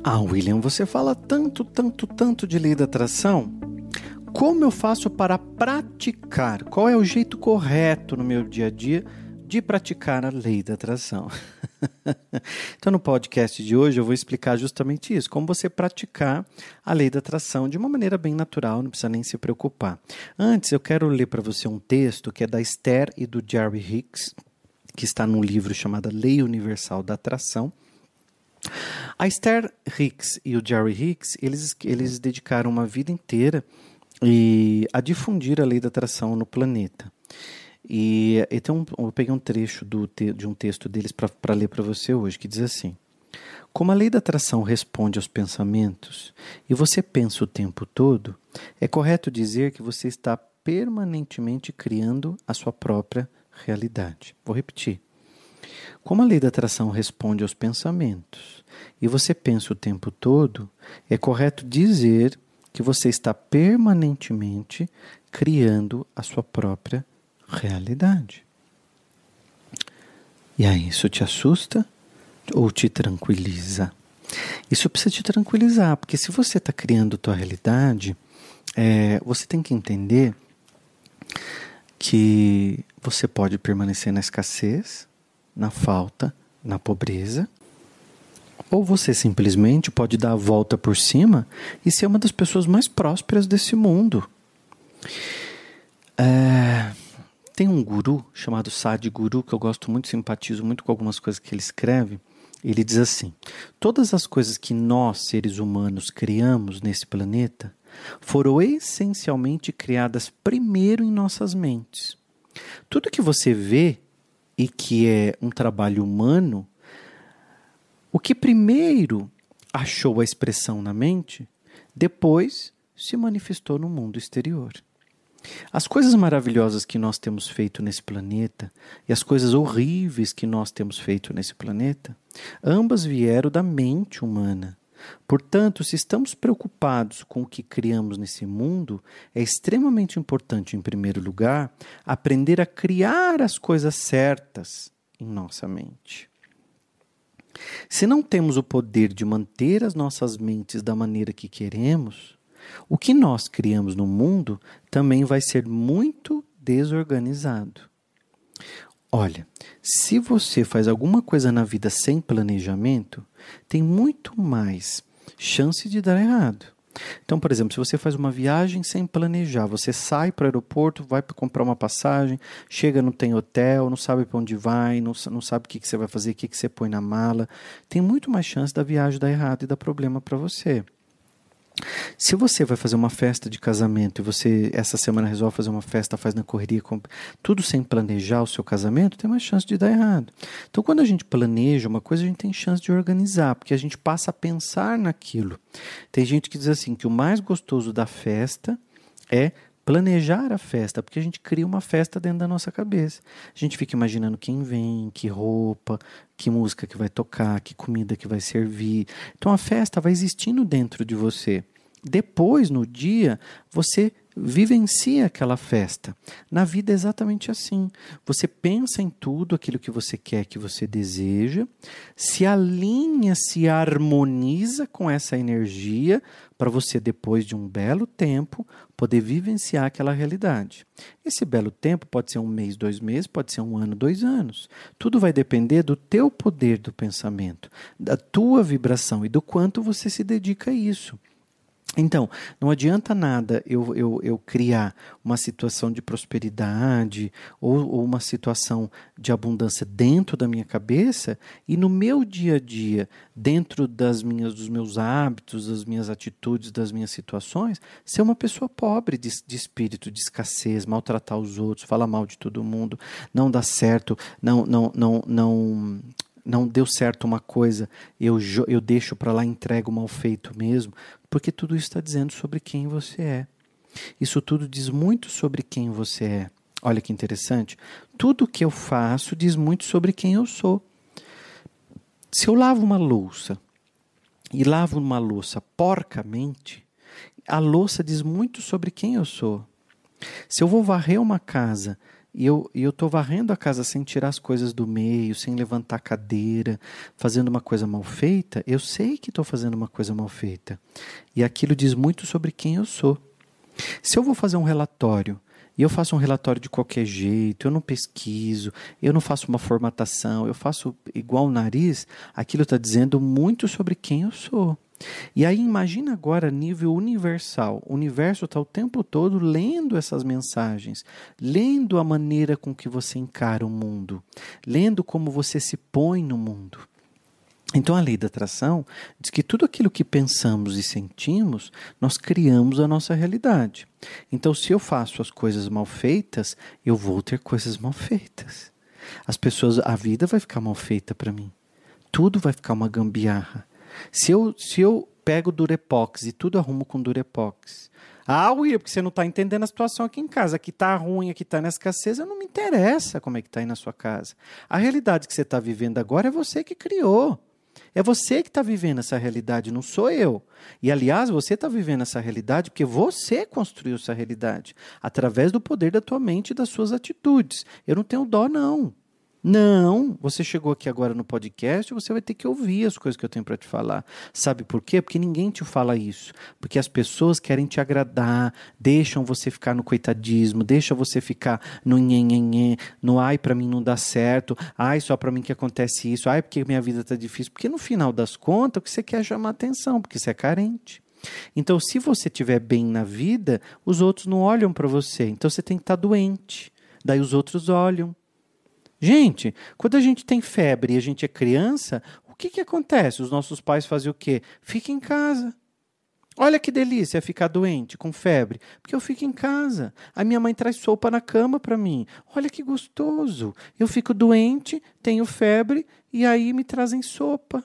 Ah, William, você fala tanto de lei da atração. Como eu faço para praticar? Qual é o jeito correto no meu dia a dia de praticar a lei da atração? Então, no podcast de hoje, eu vou explicar justamente isso. Como você praticar a lei da atração de uma maneira bem natural, não precisa nem se preocupar. Antes, eu quero ler para você um texto que é da Esther e do Jerry Hicks, que está num livro chamado Lei Universal da Atração. A Esther Hicks e o Jerry Hicks, eles dedicaram uma vida inteira a difundir a lei da atração no planeta. Então, eu peguei um trecho de um texto deles para ler para você hoje, que diz assim: como a lei da atração responde aos pensamentos e você pensa o tempo todo, é correto dizer que você está permanentemente criando a sua própria realidade. Vou repetir. Como a lei da atração responde aos pensamentos e você pensa o tempo todo, é correto dizer que você está permanentemente criando a sua própria realidade. E aí, isso te assusta ou te tranquiliza? Isso precisa te tranquilizar, porque se você está criando a tua realidade, você tem que entender que você pode permanecer na escassez, na falta, na pobreza, ou você simplesmente pode dar a volta por cima e ser uma das pessoas mais prósperas desse mundo. Tem um guru chamado Sadhguru, que eu gosto muito, simpatizo muito com algumas coisas que ele escreve. Ele diz assim: todas as coisas que nós, seres humanos, criamos nesse planeta foram essencialmente criadas primeiro em nossas mentes. Tudo que você vê e que é um trabalho humano, o que primeiro achou a expressão na mente, depois se manifestou no mundo exterior. As coisas maravilhosas que nós temos feito nesse planeta e as coisas horríveis que nós temos feito nesse planeta, ambas vieram da mente humana. Portanto, se estamos preocupados com o que criamos nesse mundo, é extremamente importante, em primeiro lugar, aprender a criar as coisas certas em nossa mente. Se não temos o poder de manter as nossas mentes da maneira que queremos, o que nós criamos no mundo também vai ser muito desorganizado. Olha, se você faz alguma coisa na vida sem planejamento, tem muito mais chance de dar errado. Então, por exemplo, se você faz uma viagem sem planejar, você sai para o aeroporto, vai para comprar uma passagem, chega, não tem hotel, não sabe para onde vai, não sabe o que você vai fazer, o que você põe na mala, tem muito mais chance da viagem dar errado e dar problema para você. Se você vai fazer uma festa de casamento e você essa semana resolve fazer uma festa, faz na correria, tudo sem planejar o seu casamento, tem mais chance de dar errado. Então, quando a gente planeja uma coisa, a gente tem chance de organizar, porque a gente passa a pensar naquilo. Tem gente que diz assim, que o mais gostoso da festa é planejar a festa, porque a gente cria uma festa dentro da nossa cabeça. A gente fica imaginando quem vem, que roupa, que música que vai tocar, que comida que vai servir. Então a festa vai existindo dentro de você. Depois, no dia, você vivencia aquela festa. Na vida é exatamente assim. Você pensa em tudo aquilo que você quer, que você deseja, se alinha, se harmoniza com essa energia para você, depois de um belo tempo, poder vivenciar aquela realidade. Esse belo tempo pode ser 1 mês, 2 meses, pode ser 1 ano, 2 anos. Tudo vai depender do teu poder do pensamento, da tua vibração e do quanto você se dedica a isso. Então, não adianta nada eu criar uma situação de prosperidade ou uma situação de abundância dentro da minha cabeça e no meu dia a dia, dentro dos meus hábitos, das minhas atitudes, das minhas situações, ser uma pessoa pobre de espírito, de escassez, maltratar os outros, falar mal de todo mundo, não dar certo, não deu certo uma coisa, eu deixo para lá e entrego mal feito mesmo, porque tudo isso está dizendo sobre quem você é. Isso tudo diz muito sobre quem você é. Olha que interessante. Tudo que eu faço diz muito sobre quem eu sou. Se eu lavo uma louça e lavo uma louça porcamente, a louça diz muito sobre quem eu sou. Se eu vou varrer uma casa e eu tô varrendo a casa sem tirar as coisas do meio, sem levantar a cadeira, fazendo uma coisa mal feita, eu sei que estou fazendo uma coisa mal feita. E aquilo diz muito sobre quem eu sou. Se eu vou fazer um relatório, e eu faço um relatório de qualquer jeito, eu não pesquiso, eu não faço uma formatação, eu faço igual o nariz, aquilo está dizendo muito sobre quem eu sou. E aí imagina agora nível universal. O universo está o tempo todo lendo essas mensagens, lendo a maneira com que você encara o mundo, lendo como você se põe no mundo. Então a lei da atração diz que tudo aquilo que pensamos e sentimos, nós criamos a nossa realidade. Então se eu faço as coisas mal feitas, eu vou ter coisas mal feitas. A vida vai ficar mal feita para mim. Tudo vai ficar uma gambiarra. Se eu pego Durepox e tudo arrumo com Durepox. William, porque você não está entendendo a situação aqui em casa. Aqui está ruim, aqui está na escassez. Não me interessa como é que está aí na sua casa. A realidade que você está vivendo agora é você que criou. É você que está vivendo essa realidade, não sou eu. E, aliás, você está vivendo essa realidade porque você construiu essa realidade. Através do poder da tua mente e das suas atitudes. Eu não tenho dó, não. Não, você chegou aqui agora no podcast, você vai ter que ouvir as coisas que eu tenho para te falar. Sabe por quê? Porque ninguém te fala isso. Porque as pessoas querem te agradar, deixam você ficar no coitadismo, deixam você ficar no nhenhenhê, no ai, para mim não dá certo, ai, só para mim que acontece isso, ai, porque minha vida está difícil. Porque no final das contas, o que você quer é chamar atenção, porque você é carente. Então, se você estiver bem na vida, os outros não olham para você. Então, você tem que estar doente. Daí os outros olham. Gente, quando a gente tem febre e a gente é criança, o que acontece? Os nossos pais fazem o quê? Fica em casa. Olha que delícia ficar doente, com febre, porque eu fico em casa. A minha mãe traz sopa na cama para mim. Olha que gostoso. Eu fico doente, tenho febre e aí me trazem sopa.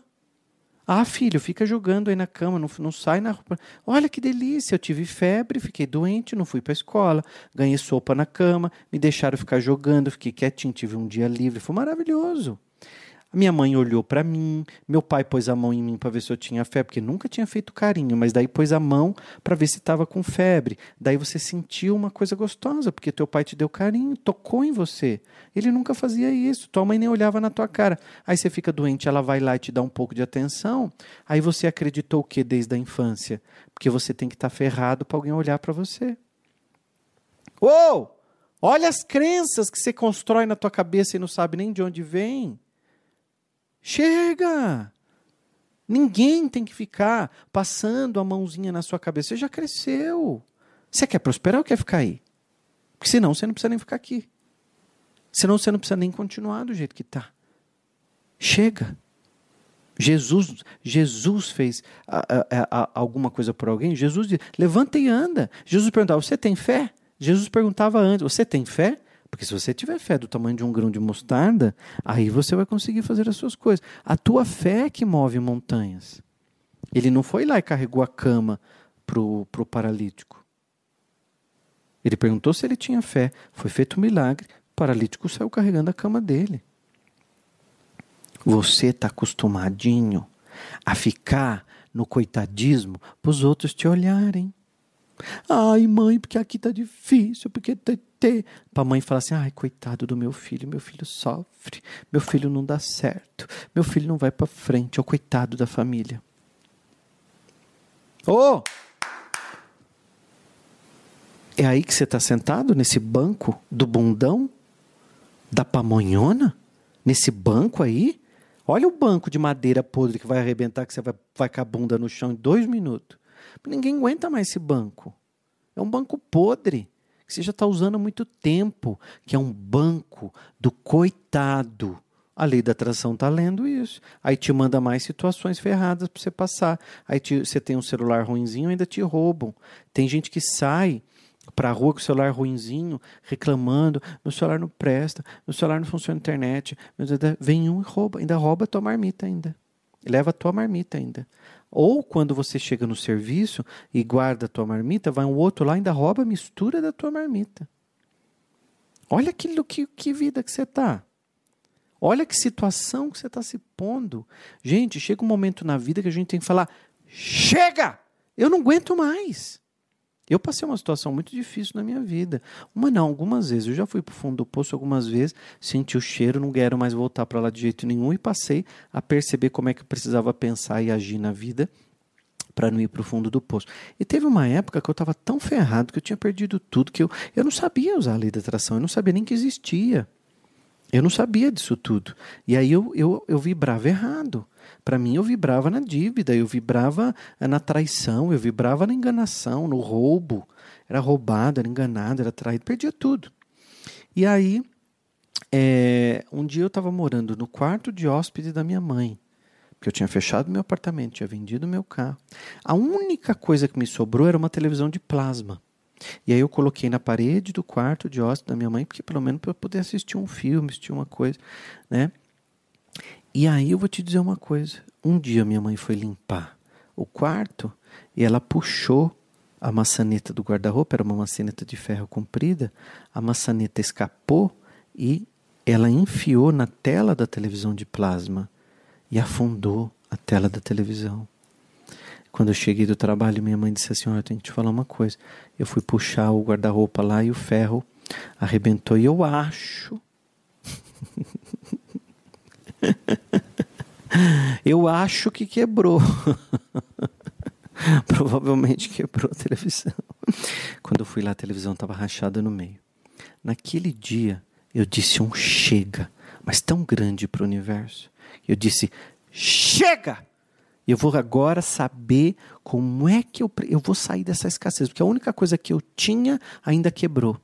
Filho, fica jogando aí na cama, não sai na roupa. Olha que delícia, eu tive febre, fiquei doente, não fui para a escola, ganhei sopa na cama, me deixaram ficar jogando, fiquei quietinho, tive um dia livre, foi maravilhoso. A minha mãe olhou para mim, meu pai pôs a mão em mim para ver se eu tinha febre, porque nunca tinha feito carinho, mas daí pôs a mão para ver se estava com febre. Daí você sentiu uma coisa gostosa, porque teu pai te deu carinho, tocou em você. Ele nunca fazia isso, tua mãe nem olhava na tua cara. Aí você fica doente, ela vai lá e te dá um pouco de atenção. Aí você acreditou o quê desde a infância? Porque você tem que estar ferrado para alguém olhar para você. Olha as crenças que você constrói na tua cabeça e não sabe nem de onde vem. Chega! Ninguém tem que ficar passando a mãozinha na sua cabeça. Você já cresceu. Você quer prosperar ou quer ficar aí? Porque senão você não precisa nem ficar aqui. Senão você não precisa nem continuar do jeito que está. Chega! Jesus fez alguma coisa por alguém. Jesus disse, levanta e anda. Jesus perguntava, você tem fé? Jesus perguntava antes, você tem fé? Porque se você tiver fé do tamanho de um grão de mostarda, aí você vai conseguir fazer as suas coisas. A tua fé é que move montanhas. Ele não foi lá e carregou a cama pro paralítico. Ele perguntou se ele tinha fé. Foi feito um milagre. O paralítico saiu carregando a cama dele. Você está acostumadinho a ficar no coitadismo para os outros te olharem. Ai, mãe, porque aqui tá difícil, porque para a mãe falar assim, ai, coitado do meu filho sofre, meu filho não dá certo, meu filho não vai para frente, é o coitado da família. É aí que você está sentado, nesse banco do bundão, da pamonhona, nesse banco aí? Olha o banco de madeira podre que vai arrebentar, que você vai com a bunda no chão em 2 minutos. Ninguém aguenta mais esse banco. É um banco podre, que você já está usando há muito tempo, que é um banco do coitado. A lei da atração está lendo isso. Aí te manda mais situações ferradas para você passar. Aí você tem um celular ruinzinho, ainda te roubam. Tem gente que sai para a rua com o celular ruinzinho, reclamando, meu celular não presta, meu celular não funciona na internet. Vem um e rouba, ainda rouba a tua marmita ainda. Leva a tua marmita ainda. Ou quando você chega no serviço e guarda a tua marmita, vai um outro lá e ainda rouba a mistura da tua marmita. Olha que vida que você está. Olha que situação que você está se pondo. Gente, chega um momento na vida que a gente tem que falar, chega! Eu não aguento mais. Eu passei uma situação muito difícil na minha vida. Uma não, algumas vezes. Eu já fui para o fundo do poço algumas vezes, senti o cheiro, não quero mais voltar para lá de jeito nenhum e passei a perceber como é que eu precisava pensar e agir na vida para não ir para o fundo do poço. E teve uma época que eu estava tão ferrado que eu tinha perdido tudo, que eu não sabia usar a lei da atração, eu não sabia nem que existia. Eu não sabia disso tudo. E aí eu vibrava errado. Para mim, eu vibrava na dívida, eu vibrava na traição, eu vibrava na enganação, no roubo. Era roubado, era enganado, era traído, perdia tudo. E aí, um dia eu estava morando no quarto de hóspede da minha mãe, porque eu tinha fechado meu apartamento, tinha vendido meu carro. A única coisa que me sobrou era uma televisão de plasma. E aí eu coloquei na parede do quarto de hóspede da minha mãe, porque pelo menos para eu poder assistir um filme, assistir uma coisa, né? E aí eu vou te dizer uma coisa. Um dia minha mãe foi limpar o quarto e ela puxou a maçaneta do guarda-roupa, era uma maçaneta de ferro comprida, a maçaneta escapou e ela enfiou na tela da televisão de plasma e afundou a tela da televisão. Quando eu cheguei do trabalho, minha mãe disse assim, olha, eu tenho que te falar uma coisa. Eu fui puxar o guarda-roupa lá e o ferro arrebentou. E eu acho... eu acho que quebrou. Provavelmente quebrou a televisão. Quando eu fui lá, a televisão estava rachada no meio. Naquele dia, eu disse um chega, mas tão grande para o universo. Eu disse, chega! Eu vou agora saber como é que eu vou sair dessa escassez. Porque a única coisa que eu tinha ainda quebrou.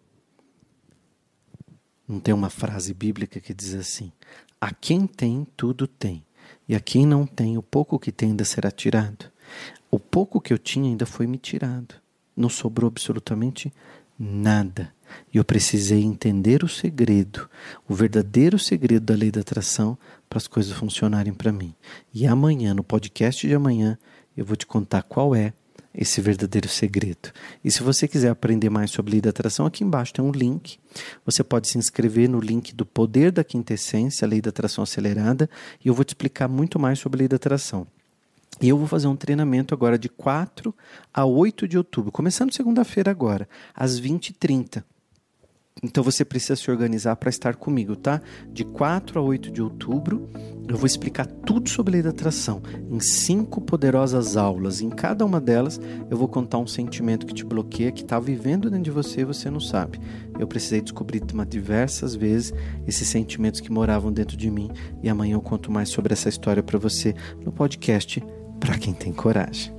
Não tem uma frase bíblica que diz assim, a quem tem, tudo tem. E a quem não tem, o pouco que tem ainda será tirado. O pouco que eu tinha ainda foi me tirado. Não sobrou absolutamente nada. E eu precisei entender o segredo, o verdadeiro segredo da lei da atração para as coisas funcionarem para mim. E amanhã, no podcast de amanhã, eu vou te contar qual é esse verdadeiro segredo. E se você quiser aprender mais sobre lei da atração, aqui embaixo tem um link. Você pode se inscrever no link do Poder da Quinta Essência, a Lei da Atração Acelerada, e eu vou te explicar muito mais sobre a lei da atração. E eu vou fazer um treinamento agora de 4 a 8 de outubro, começando segunda-feira agora, às 20h30. Então você precisa se organizar para estar comigo, tá? De 4 a 8 de outubro, eu vou explicar tudo sobre a lei da atração, em 5 poderosas aulas. Em cada uma delas, eu vou contar um sentimento que te bloqueia, que está vivendo dentro de você e você não sabe. Eu precisei descobrir diversas vezes esses sentimentos que moravam dentro de mim. E amanhã eu conto mais sobre essa história para você no podcast Para Quem Tem Coragem.